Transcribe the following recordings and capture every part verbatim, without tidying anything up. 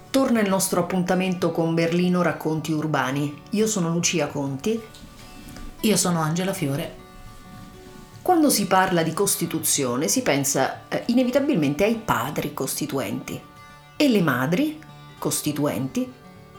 Torna il nostro appuntamento con Berlino Racconti Urbani. Io sono Lucia Conti. Io sono Angela Fiore. Quando si parla di Costituzione si pensa eh, inevitabilmente ai padri costituenti. E le madri costituenti?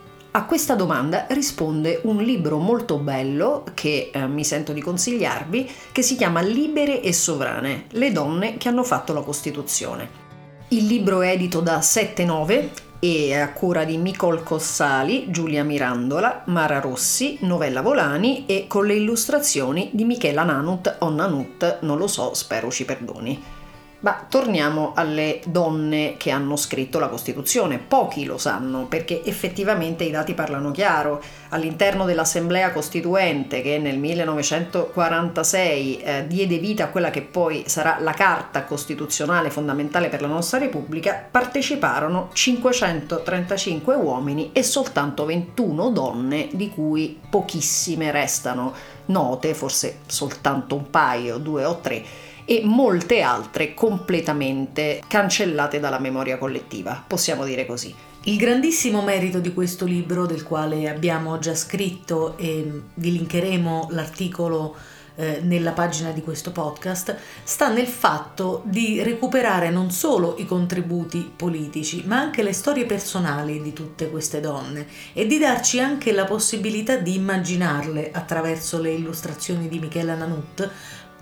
A questa domanda risponde un libro molto bello che eh, mi sento di consigliarvi, che si chiama Libere e sovrane, le donne che hanno fatto la Costituzione. Il libro è edito da sette nove e è a cura di Micol Cossali, Giulia Mirandola, Mara Rossi, Novella Volani e con le illustrazioni di Michela Nanut o Nanut, non lo so, spero ci perdoni. Ma torniamo alle donne che hanno scritto la Costituzione. Pochi lo sanno perché effettivamente i dati parlano chiaro. All'interno dell'Assemblea Costituente, che nel millenovecentoquarantasei eh, diede vita a quella che poi sarà la Carta Costituzionale fondamentale per la nostra Repubblica, parteciparono cinquecentotrentacinque uomini e soltanto ventuno donne, di cui pochissime restano note, forse soltanto un paio, due o tre, e molte altre completamente cancellate dalla memoria collettiva, possiamo dire così. Il grandissimo merito di questo libro, del quale abbiamo già scritto e vi linkeremo l'articolo eh, nella pagina di questo podcast, sta nel fatto di recuperare non solo i contributi politici, ma anche le storie personali di tutte queste donne e di darci anche la possibilità di immaginarle attraverso le illustrazioni di Michela Nanut,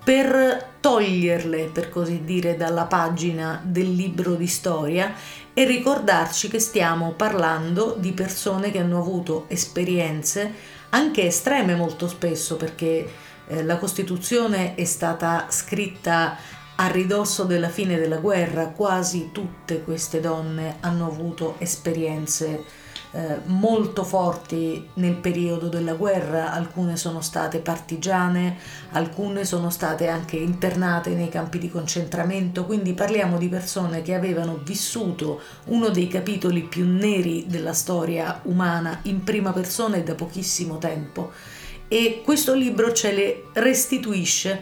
per toglierle, per così dire, dalla pagina del libro di storia e ricordarci che stiamo parlando di persone che hanno avuto esperienze anche estreme molto spesso, perché eh, la Costituzione è stata scritta a ridosso della fine della guerra. Quasi tutte queste donne hanno avuto esperienze Eh, molto forti nel periodo della guerra. Alcune sono state partigiane, alcune sono state anche internate nei campi di concentramento, quindi parliamo di persone che avevano vissuto uno dei capitoli più neri della storia umana in prima persona e da pochissimo tempo, e questo libro ce le restituisce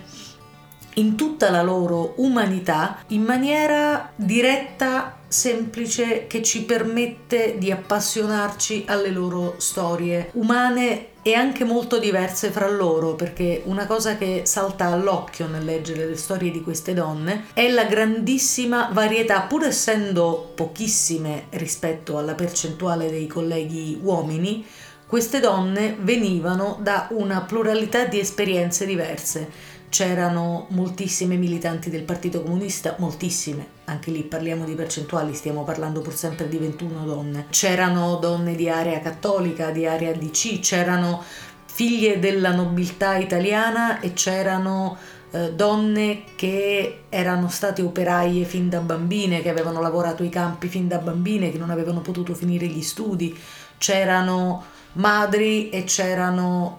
in tutta la loro umanità, in maniera diretta, semplice, che ci permette di appassionarci alle loro storie umane e anche molto diverse fra loro, perché una cosa che salta all'occhio nel leggere le storie di queste donne è la grandissima varietà, pur essendo pochissime rispetto alla percentuale dei colleghi uomini. Queste donne venivano da una pluralità di esperienze diverse. C'erano moltissime militanti del Partito Comunista, moltissime, anche lì parliamo di percentuali, stiamo parlando pur sempre di ventuno donne. C'erano donne di area cattolica, di area D C, c'erano figlie della nobiltà italiana e c'erano eh, donne che erano state operaie fin da bambine, che avevano lavorato ai campi fin da bambine, che non avevano potuto finire gli studi. C'erano madri e c'erano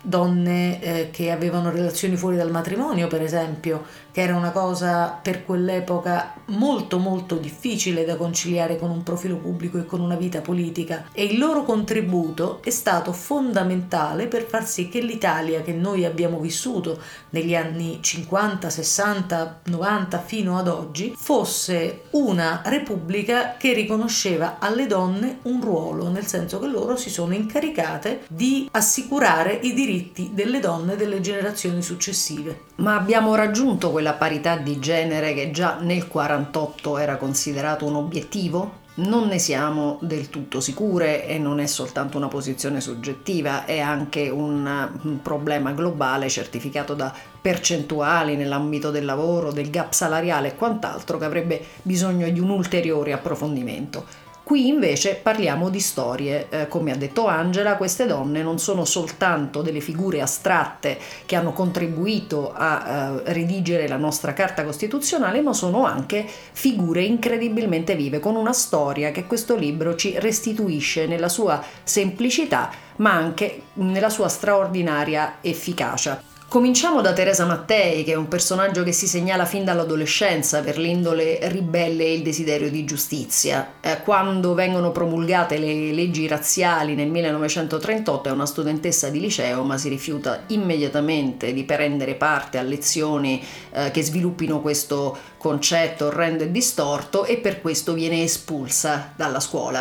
donne eh, che avevano relazioni fuori dal matrimonio, per esempio, che era una cosa per quell'epoca molto molto difficile da conciliare con un profilo pubblico e con una vita politica, e il loro contributo è stato fondamentale per far sì che l'Italia che noi abbiamo vissuto negli anni cinquanta, sessanta, novanta fino ad oggi fosse una repubblica che riconosceva alle donne un ruolo, nel senso che loro si sono incaricate di assicurare i diritti delle donne delle generazioni successive. Ma abbiamo raggiunto quella parità di genere che già nel quarantotto era considerato un obiettivo? Non ne siamo del tutto sicure e non è soltanto una posizione soggettiva, è anche un, un problema globale certificato da percentuali nell'ambito del lavoro, del gap salariale e quant'altro, che avrebbe bisogno di un ulteriore approfondimento. Qui invece parliamo di storie, eh, come ha detto Angela, queste donne non sono soltanto delle figure astratte che hanno contribuito a eh, redigere la nostra Carta Costituzionale, ma sono anche figure incredibilmente vive, con una storia che questo libro ci restituisce nella sua semplicità, ma anche nella sua straordinaria efficacia. Cominciamo da Teresa Mattei, che è un personaggio che si segnala fin dall'adolescenza per l'indole ribelle e il desiderio di giustizia. Eh, quando vengono promulgate le leggi razziali nel millenovecentotrentotto è una studentessa di liceo, ma si rifiuta immediatamente di prendere parte a lezioni eh, che sviluppino questo concetto orrendo e distorto, e per questo viene espulsa dalla scuola.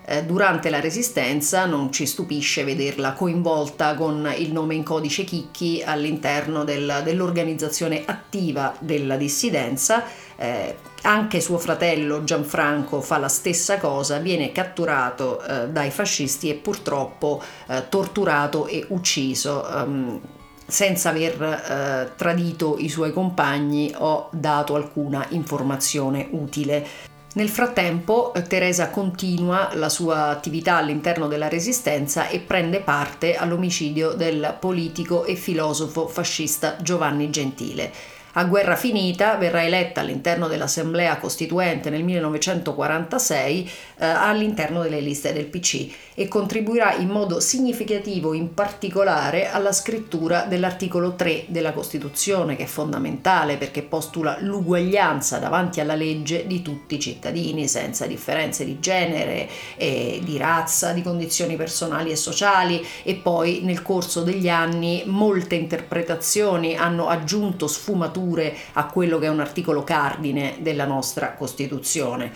Eh, durante la Resistenza non ci stupisce vederla coinvolta con il nome in codice Chicchi all'interno del, dell'organizzazione attiva della dissidenza. Eh, anche suo fratello Gianfranco fa la stessa cosa, viene catturato eh, dai fascisti e purtroppo eh, torturato e ucciso, ehm, senza aver eh, tradito i suoi compagni o dato alcuna informazione utile. Nel frattempo Teresa continua la sua attività all'interno della Resistenza e prende parte all'omicidio del politico e filosofo fascista Giovanni Gentile. A guerra finita verrà eletta all'interno dell'Assemblea Costituente nel millenovecentoquarantasei eh, all'interno delle liste del P C e contribuirà in modo significativo in particolare alla scrittura dell'articolo tre della Costituzione, che è fondamentale perché postula l'uguaglianza davanti alla legge di tutti i cittadini senza differenze di genere, e di razza, di condizioni personali e sociali, e poi nel corso degli anni molte interpretazioni hanno aggiunto sfumature a quello che è un articolo cardine della nostra Costituzione.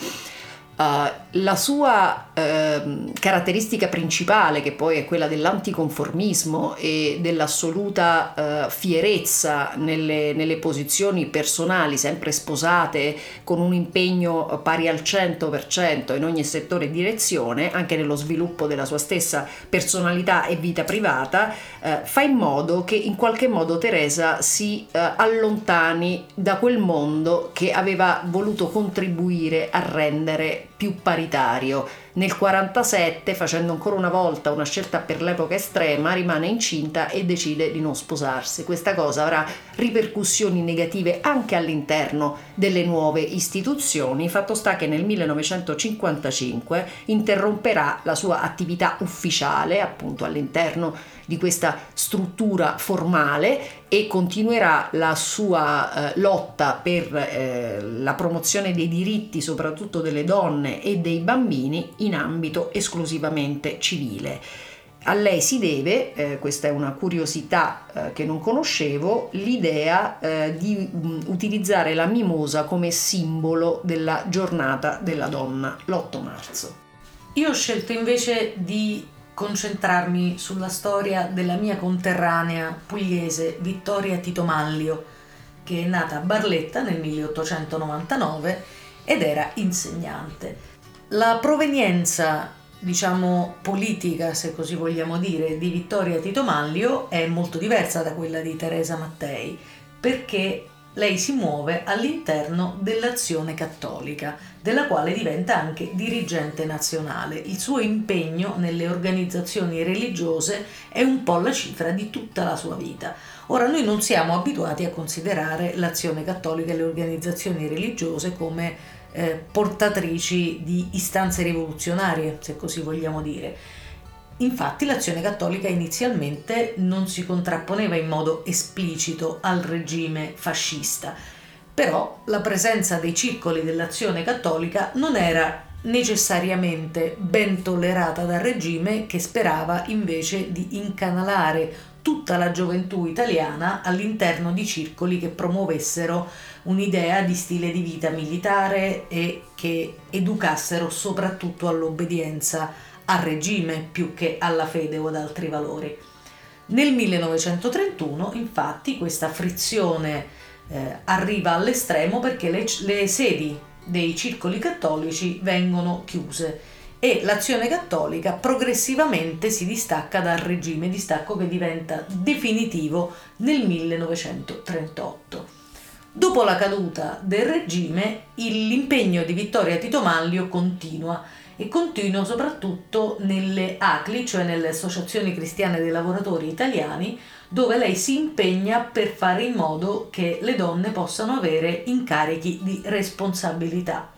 Uh, la sua uh, caratteristica principale, che poi è quella dell'anticonformismo e dell'assoluta uh, fierezza nelle, nelle posizioni personali, sempre sposate con un impegno pari al cento per cento in ogni settore e direzione, anche nello sviluppo della sua stessa personalità e vita privata, uh, fa in modo che in qualche modo Teresa si uh, allontani da quel mondo che aveva voluto contribuire a rendere più paritario. Nel quarantasette, facendo ancora una volta una scelta per l'epoca estrema, rimane incinta e decide di non sposarsi. Questa cosa avrà ripercussioni negative anche all'interno delle nuove istituzioni. Fatto sta che nel millenovecentocinquantacinque interromperà la sua attività ufficiale appunto all'interno di questa struttura formale e continuerà la sua eh, lotta per eh, la promozione dei diritti, soprattutto delle donne e dei bambini, in ambito esclusivamente civile. A lei si deve, eh, questa è una curiosità eh, che non conoscevo, l'idea eh, di mh, utilizzare la mimosa come simbolo della giornata della donna, l'otto marzo. Io ho scelto invece di concentrarmi sulla storia della mia conterranea pugliese Vittoria Tito-Mallio, che è nata a Barletta nel milleottocentonovantanove ed era insegnante. La provenienza, diciamo, politica, se così vogliamo dire, di Vittoria Tito-Mallio è molto diversa da quella di Teresa Mattei, perché lei si muove all'interno dell'Azione Cattolica, della quale diventa anche dirigente nazionale. Il suo impegno nelle organizzazioni religiose è un po' la cifra di tutta la sua vita. Ora, noi non siamo abituati a considerare l'Azione Cattolica e le organizzazioni religiose come eh, portatrici di istanze rivoluzionarie, se così vogliamo dire. Infatti l'Azione Cattolica inizialmente non si contrapponeva in modo esplicito al regime fascista, però la presenza dei circoli dell'Azione Cattolica non era necessariamente ben tollerata dal regime, che sperava invece di incanalare tutta la gioventù italiana all'interno di circoli che promuovessero un'idea di stile di vita militare e che educassero soprattutto all'obbedienza al regime più che alla fede o ad altri valori. Nel millenovecentotrentuno, infatti, questa frizione eh, arriva all'estremo perché le, le sedi dei circoli cattolici vengono chiuse e l'Azione Cattolica progressivamente si distacca dal regime, distacco che diventa definitivo nel millenovecentotrentotto. Dopo la caduta del regime, l'impegno di Vittoria Tito-Mallio continua e continua soprattutto nelle A C L I, cioè nelle Associazioni Cristiane dei Lavoratori Italiani, dove lei si impegna per fare in modo che le donne possano avere incarichi di responsabilità.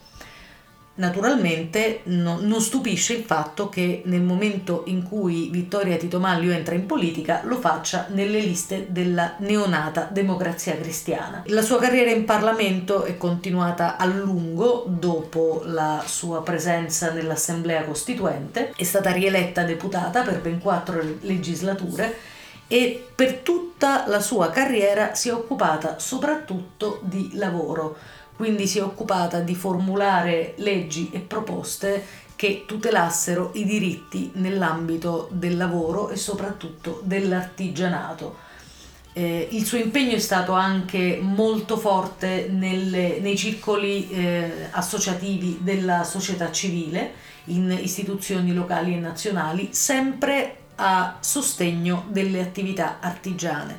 Naturalmente no, non stupisce il fatto che nel momento in cui Vittoria Tito-Mallio entra in politica lo faccia nelle liste della neonata Democrazia Cristiana. La sua carriera in Parlamento è continuata a lungo dopo la sua presenza nell'Assemblea Costituente, è stata rieletta deputata per ben quattro legislature e per tutta la sua carriera si è occupata soprattutto di lavoro. quindi si è occupata di formulare leggi e proposte che tutelassero i diritti nell'ambito del lavoro e soprattutto dell'artigianato. Eh, il suo impegno è stato anche molto forte nelle, nei circoli eh, associativi della società civile, in istituzioni locali e nazionali, sempre a sostegno delle attività artigiane.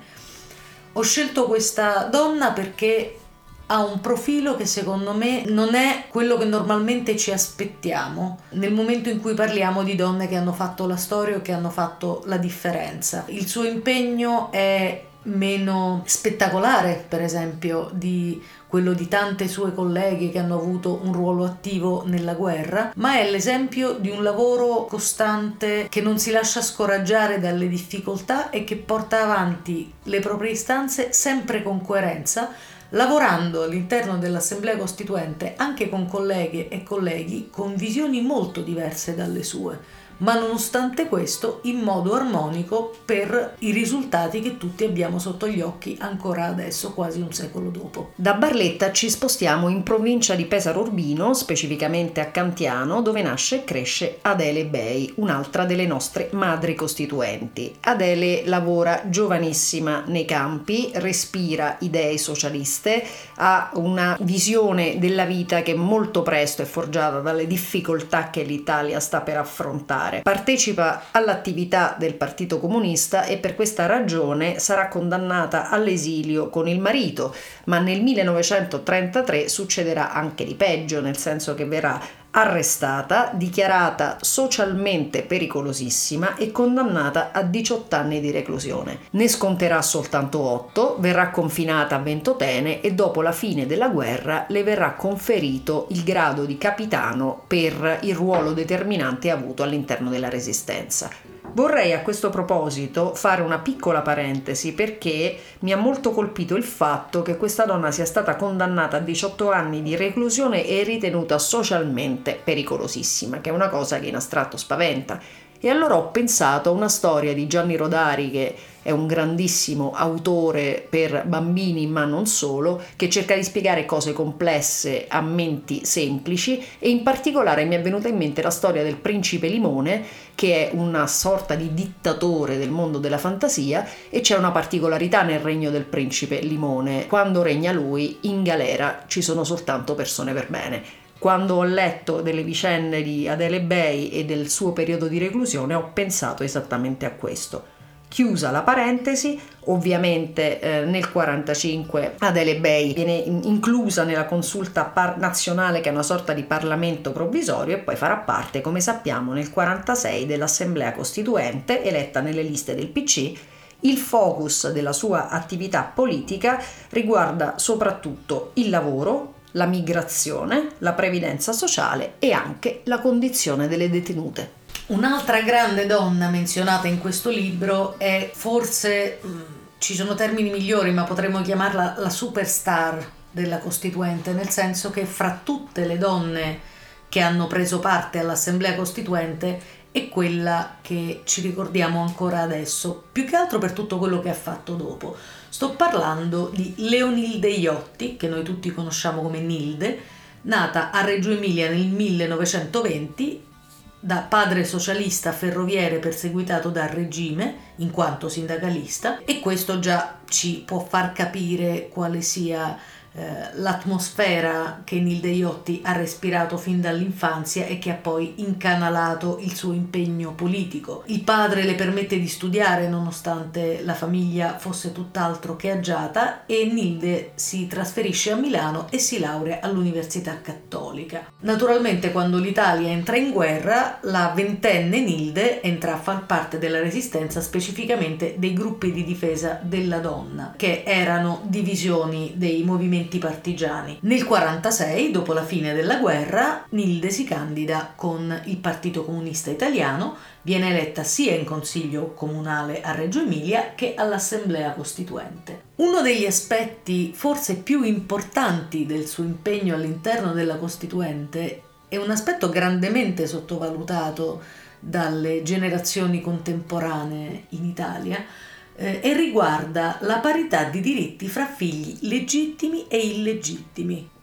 Ho scelto questa donna perché ha un profilo che secondo me non è quello che normalmente ci aspettiamo nel momento in cui parliamo di donne che hanno fatto la storia o che hanno fatto la differenza. Il suo impegno è meno spettacolare, per esempio, di quello di tante sue colleghe che hanno avuto un ruolo attivo nella guerra, ma è l'esempio di un lavoro costante che non si lascia scoraggiare dalle difficoltà e che porta avanti le proprie istanze sempre con coerenza, lavorando all'interno dell'Assemblea Costituente anche con colleghe e colleghi con visioni molto diverse dalle sue, ma nonostante questo in modo armonico per i risultati che tutti abbiamo sotto gli occhi ancora adesso, quasi un secolo dopo. Da Barletta ci spostiamo in provincia di Pesaro Urbino, specificamente a Cantiano, dove nasce e cresce Adele Bei, un'altra delle nostre madri costituenti. Adele lavora giovanissima nei campi, respira idee socialiste, ha una visione della vita che molto presto è forgiata dalle difficoltà che l'Italia sta per affrontare. Partecipa all'attività del Partito Comunista e per questa ragione sarà condannata all'esilio con il marito, ma nel millenovecentotrentatré succederà anche di peggio, nel senso che verrà arrestata, dichiarata socialmente pericolosissima e condannata a diciotto anni di reclusione. Ne sconterà soltanto otto, verrà confinata a Ventotene e dopo la fine della guerra le verrà conferito il grado di capitano per il ruolo determinante avuto all'interno della Resistenza. Vorrei a questo proposito fare una piccola parentesi perché mi ha molto colpito il fatto che questa donna sia stata condannata a diciotto anni di reclusione e ritenuta socialmente pericolosissima, che è una cosa che in astratto spaventa. E allora ho pensato a una storia di Gianni Rodari, che è un grandissimo autore per bambini ma non solo, che cerca di spiegare cose complesse a menti semplici, e in particolare mi è venuta in mente la storia del principe Limone, che è una sorta di dittatore del mondo della fantasia, e c'è una particolarità nel regno del principe Limone: quando regna lui in galera ci sono soltanto persone per bene. Quando ho letto delle vicende di Adele Bei e del suo periodo di reclusione ho pensato esattamente a questo. Chiusa la parentesi, ovviamente eh, nel quarantacinque Adele Bei viene inclusa nella consulta par- nazionale, che è una sorta di Parlamento provvisorio, e poi farà parte, come sappiamo, nel quarantasei dell'Assemblea Costituente, eletta nelle liste del P C. Il focus della sua attività politica riguarda soprattutto il lavoro, la migrazione, la previdenza sociale e anche la condizione delle detenute. Un'altra grande donna menzionata in questo libro è forse, ci sono termini migliori, ma potremmo chiamarla la superstar della Costituente, nel senso che fra tutte le donne che hanno preso parte all'Assemblea Costituente è quella che ci ricordiamo ancora adesso, più che altro per tutto quello che ha fatto dopo. Sto parlando di Leonilde Iotti, che noi tutti conosciamo come Nilde, nata a Reggio Emilia nel millenovecentoventi, da padre socialista ferroviere perseguitato dal regime in quanto sindacalista, e questo già ci può far capire quale sia eh, l'atmosfera che Nilde Iotti ha respirato fin dall'infanzia e che ha poi incanalato il suo impegno politico. Il padre le permette di studiare nonostante la famiglia fosse tutt'altro che agiata, e Nilde si trasferisce a Milano e si laurea all'Università Cattolica. Naturalmente, quando l'Italia entra in guerra, la ventenne Nilde entra a far parte della Resistenza, specificamente dei gruppi di difesa della donna, che erano divisioni dei movimenti partigiani. Nel quarantasei, dopo la fine della guerra, Nilde si candida con il Partito Comunista Italiano, viene eletta sia in Consiglio Comunale a Reggio Emilia che all'Assemblea Costituente. Uno degli aspetti forse più importanti del suo impegno all'interno della Costituente è un aspetto grandemente sottovalutato dalle generazioni contemporanee in Italia, eh, e riguarda la parità di diritti fra figli legittimi e illegittimi.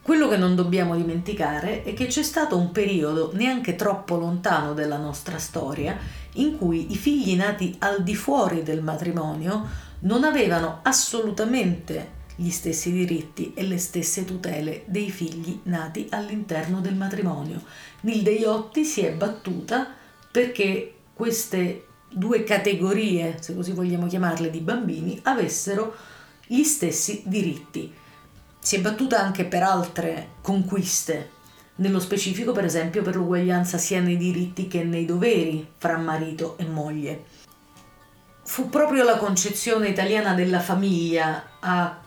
Quello che non dobbiamo dimenticare è che c'è stato un periodo neanche troppo lontano della nostra storia in cui i figli nati al di fuori del matrimonio non avevano assolutamente gli stessi diritti e le stesse tutele dei figli nati all'interno del matrimonio. Nilde Iotti si è battuta perché queste due categorie, se così vogliamo chiamarle, di bambini avessero gli stessi diritti. Si è battuta anche per altre conquiste, nello specifico per esempio per l'uguaglianza sia nei diritti che nei doveri fra marito e moglie. Fu proprio la concezione italiana della famiglia a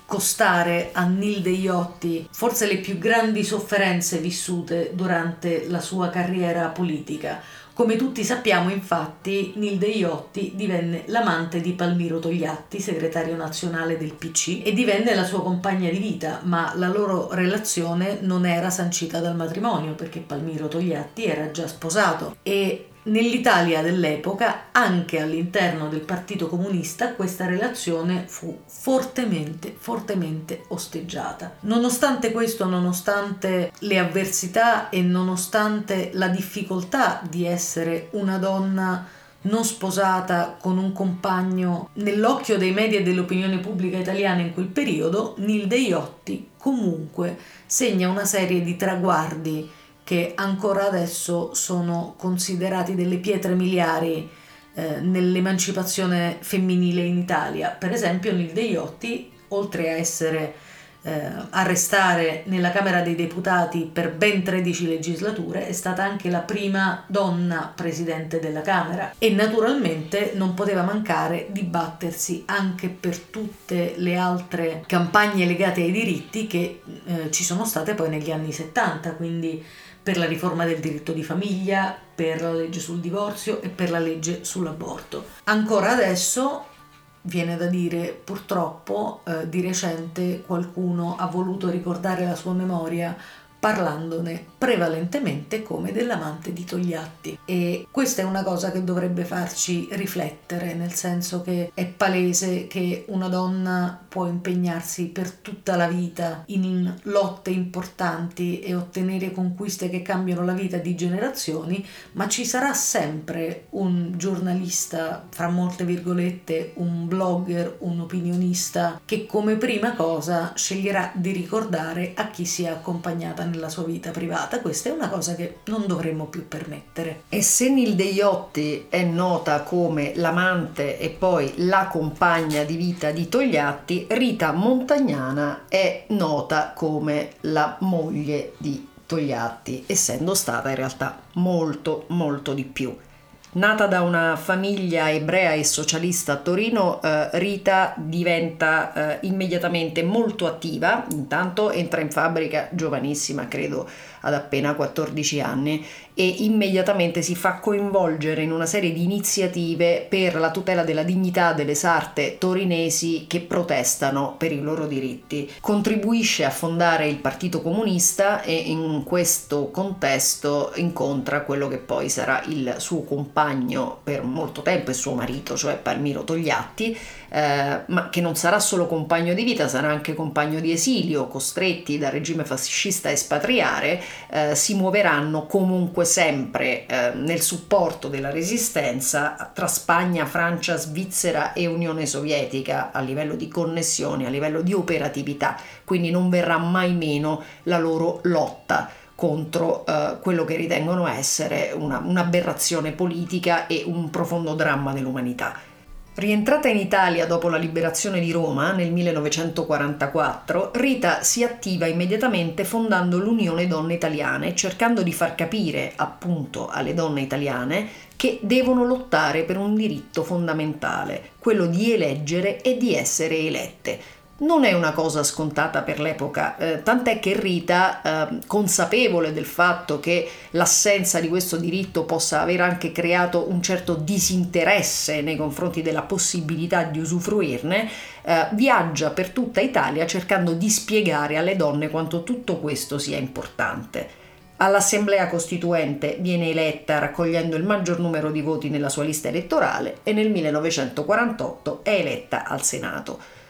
costare a Nilde Iotti forse le più grandi sofferenze vissute durante la sua carriera politica. Come tutti sappiamo, infatti, Nilde Iotti divenne l'amante di Palmiro Togliatti, segretario nazionale del P C, e divenne la sua compagna di vita, ma la loro relazione non era sancita dal matrimonio perché Palmiro Togliatti era già sposato e nell'Italia dell'epoca, anche all'interno del Partito Comunista, questa relazione fu fortemente, fortemente osteggiata. Nonostante questo, nonostante le avversità e nonostante la difficoltà di essere una donna non sposata con un compagno nell'occhio dei media e dell'opinione pubblica italiana in quel periodo, Nilde Iotti comunque segna una serie di traguardi che ancora adesso sono considerati delle pietre miliari eh, nell'emancipazione femminile in Italia. Per esempio, Nilde Iotti, oltre a essere eh, arrestare nella Camera dei Deputati per ben tredici legislature, è stata anche la prima donna presidente della Camera e naturalmente non poteva mancare di battersi anche per tutte le altre campagne legate ai diritti che eh, ci sono state poi negli anni settanta, quindi per la riforma del diritto di famiglia, per la legge sul divorzio e per la legge sull'aborto. Ancora adesso, viene da dire purtroppo, eh, di recente qualcuno ha voluto ricordare la sua memoria parlandone prevalentemente come dell'amante di Togliatti, e questa è una cosa che dovrebbe farci riflettere, nel senso che è palese che una donna può impegnarsi per tutta la vita in lotte importanti e ottenere conquiste che cambiano la vita di generazioni, ma ci sarà sempre un giornalista, fra molte virgolette, un blogger, un opinionista, che come prima cosa sceglierà di ricordare a chi si è accompagnata nella sua vita privata. Questa è una cosa che non dovremmo più permettere. E se Nilde Iotti è nota come l'amante e poi la compagna di vita di Togliatti, Rita Montagnana è nota come la moglie di Togliatti, essendo stata in realtà molto molto di più. Nata da una famiglia ebrea e socialista a Torino, eh, Rita diventa eh, immediatamente molto attiva. Intanto entra in fabbrica giovanissima, credo ad appena quattordici anni, e immediatamente si fa coinvolgere in una serie di iniziative per la tutela della dignità delle sarte torinesi che protestano per i loro diritti. Contribuisce a fondare il Partito Comunista e in questo contesto incontra quello che poi sarà il suo compagno per molto tempo e suo marito, cioè Palmiro Togliatti, eh, ma che non sarà solo compagno di vita, sarà anche compagno di esilio. Costretti dal regime fascista a espatriare, eh, si muoveranno comunque sempre eh, nel supporto della resistenza tra Spagna, Francia, Svizzera e Unione Sovietica a livello di connessioni, a livello di operatività, quindi non verrà mai meno la loro lotta contro eh, quello che ritengono essere una, un'aberrazione politica e un profondo dramma dell'umanità. Rientrata in Italia dopo la liberazione di Roma nel millenovecentoquarantaquattro, Rita si attiva immediatamente fondando l'Unione Donne Italiane, cercando di far capire appunto alle donne italiane che devono lottare per un diritto fondamentale, quello di eleggere e di essere elette. Non è una cosa scontata per l'epoca, eh, tant'è che Rita, eh, consapevole del fatto che l'assenza di questo diritto possa aver anche creato un certo disinteresse nei confronti della possibilità di usufruirne, eh, viaggia per tutta Italia cercando di spiegare alle donne quanto tutto questo sia importante. All'Assemblea Costituente viene eletta raccogliendo il maggior numero di voti nella sua lista elettorale e nel millenovecentoquarantotto è eletta al Senato.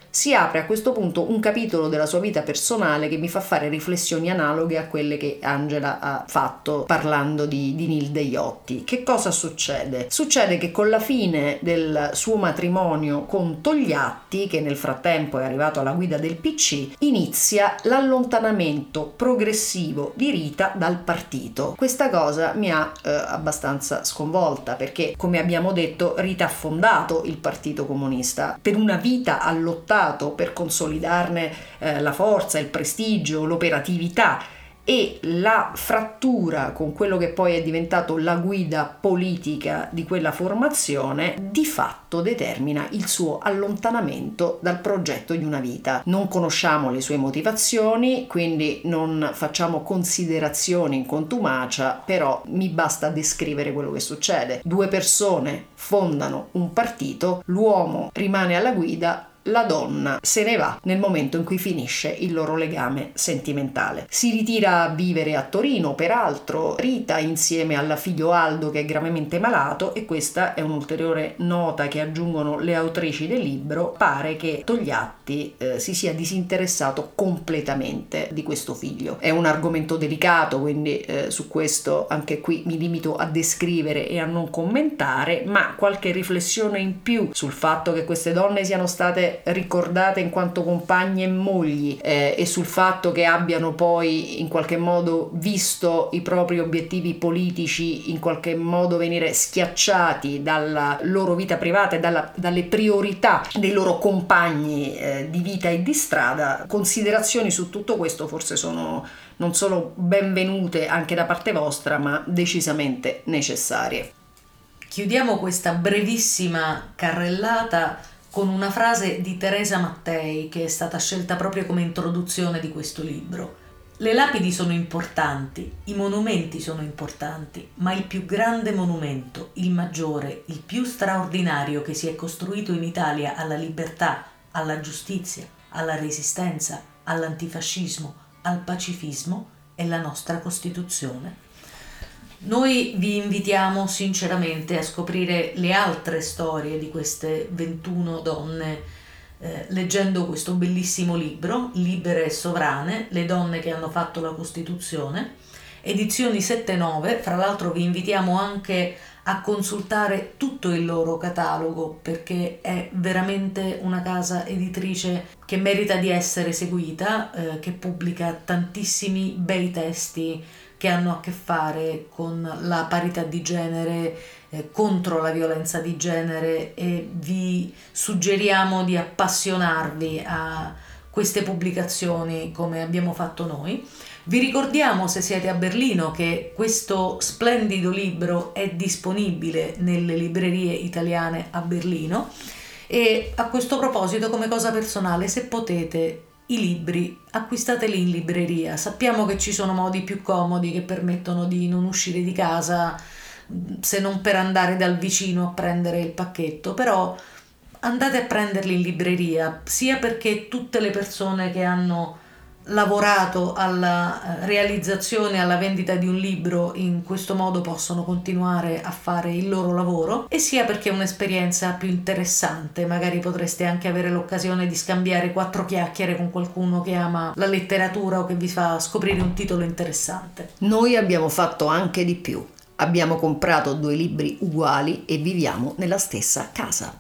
si apre a questo punto un capitolo della sua vita personale che mi fa fare riflessioni analoghe a quelle che Angela ha fatto parlando di, di Nilde Iotti. Che cosa succede? Succede che con la fine del suo matrimonio con Togliatti, che nel frattempo è arrivato alla guida del P C, inizia l'allontanamento progressivo di Rita dal partito. Questa cosa mi ha eh, abbastanza sconvolta, perché, come abbiamo detto, Rita ha fondato il Partito Comunista, per una vita ha lottato per consolidarne eh, la forza, il prestigio, l'operatività, e la frattura con quello che poi è diventato la guida politica di quella formazione di fatto determina il suo allontanamento dal progetto di una vita. Non conosciamo le sue motivazioni, quindi non facciamo considerazioni in contumacia, però mi basta descrivere quello che succede. Due persone fondano un partito, l'uomo rimane alla guida, la donna se ne va nel momento in cui finisce il loro legame sentimentale. Si ritira a vivere a Torino, peraltro, Rita insieme al figlio Aldo, che è gravemente malato, e questa è un'ulteriore nota che aggiungono le autrici del libro. Pare che Togliatti eh, si sia disinteressato completamente di questo figlio. È un argomento delicato, quindi eh, su questo anche qui mi limito a descrivere e a non commentare, ma qualche riflessione in più sul fatto che queste donne siano state ricordate in quanto compagne e mogli eh, e sul fatto che abbiano poi in qualche modo visto i propri obiettivi politici in qualche modo venire schiacciati dalla loro vita privata e dalla, dalle priorità dei loro compagni eh, di vita e di strada. Considerazioni su tutto questo forse sono non solo benvenute anche da parte vostra, ma decisamente necessarie. Chiudiamo questa brevissima carrellata con una frase di Teresa Mattei, che è stata scelta proprio come introduzione di questo libro. Le lapidi sono importanti, i monumenti sono importanti, ma il più grande monumento, il maggiore, il più straordinario che si è costruito in Italia alla libertà, alla giustizia, alla resistenza, all'antifascismo, al pacifismo, è la nostra Costituzione. Noi vi invitiamo sinceramente a scoprire le altre storie di queste ventuno donne eh, leggendo questo bellissimo libro, Libere e Sovrane, le donne che hanno fatto la Costituzione, edizioni sette nove. Fra l'altro vi invitiamo anche a consultare tutto il loro catalogo, perché è veramente una casa editrice che merita di essere seguita, eh, che pubblica tantissimi bei testi che hanno a che fare con la parità di genere, eh, contro la violenza di genere, e vi suggeriamo di appassionarvi a queste pubblicazioni come abbiamo fatto noi. Vi ricordiamo, se siete a Berlino, che questo splendido libro è disponibile nelle librerie italiane a Berlino, e a questo proposito, come cosa personale, se potete, i libri acquistateli in libreria. Sappiamo che ci sono modi più comodi che permettono di non uscire di casa, se non per andare dal vicino a prendere il pacchetto, però andate a prenderli in libreria, sia perché tutte le persone che hanno lavorato alla realizzazione, alla vendita di un libro in questo modo possono continuare a fare il loro lavoro, e sia perché è un'esperienza più interessante. Magari potreste anche avere l'occasione di scambiare quattro chiacchiere con qualcuno che ama la letteratura o che vi fa scoprire un titolo interessante. Noi abbiamo fatto anche di più. Abbiamo comprato due libri uguali e viviamo nella stessa casa.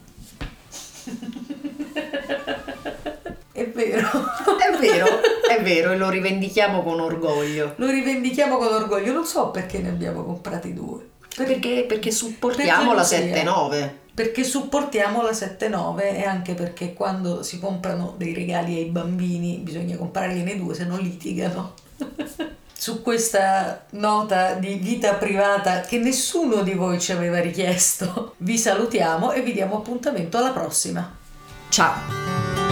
È vero. È vero, è vero, e lo rivendichiamo con orgoglio. Lo rivendichiamo con orgoglio, non so perché ne abbiamo comprati due. Perché, perché supportiamo la sette nove. Perché supportiamo la sette nove, e anche perché quando si comprano dei regali ai bambini bisogna comprargliene due, se no litigano. Su questa nota di vita privata che nessuno di voi ci aveva richiesto, vi salutiamo e vi diamo appuntamento alla prossima. Ciao!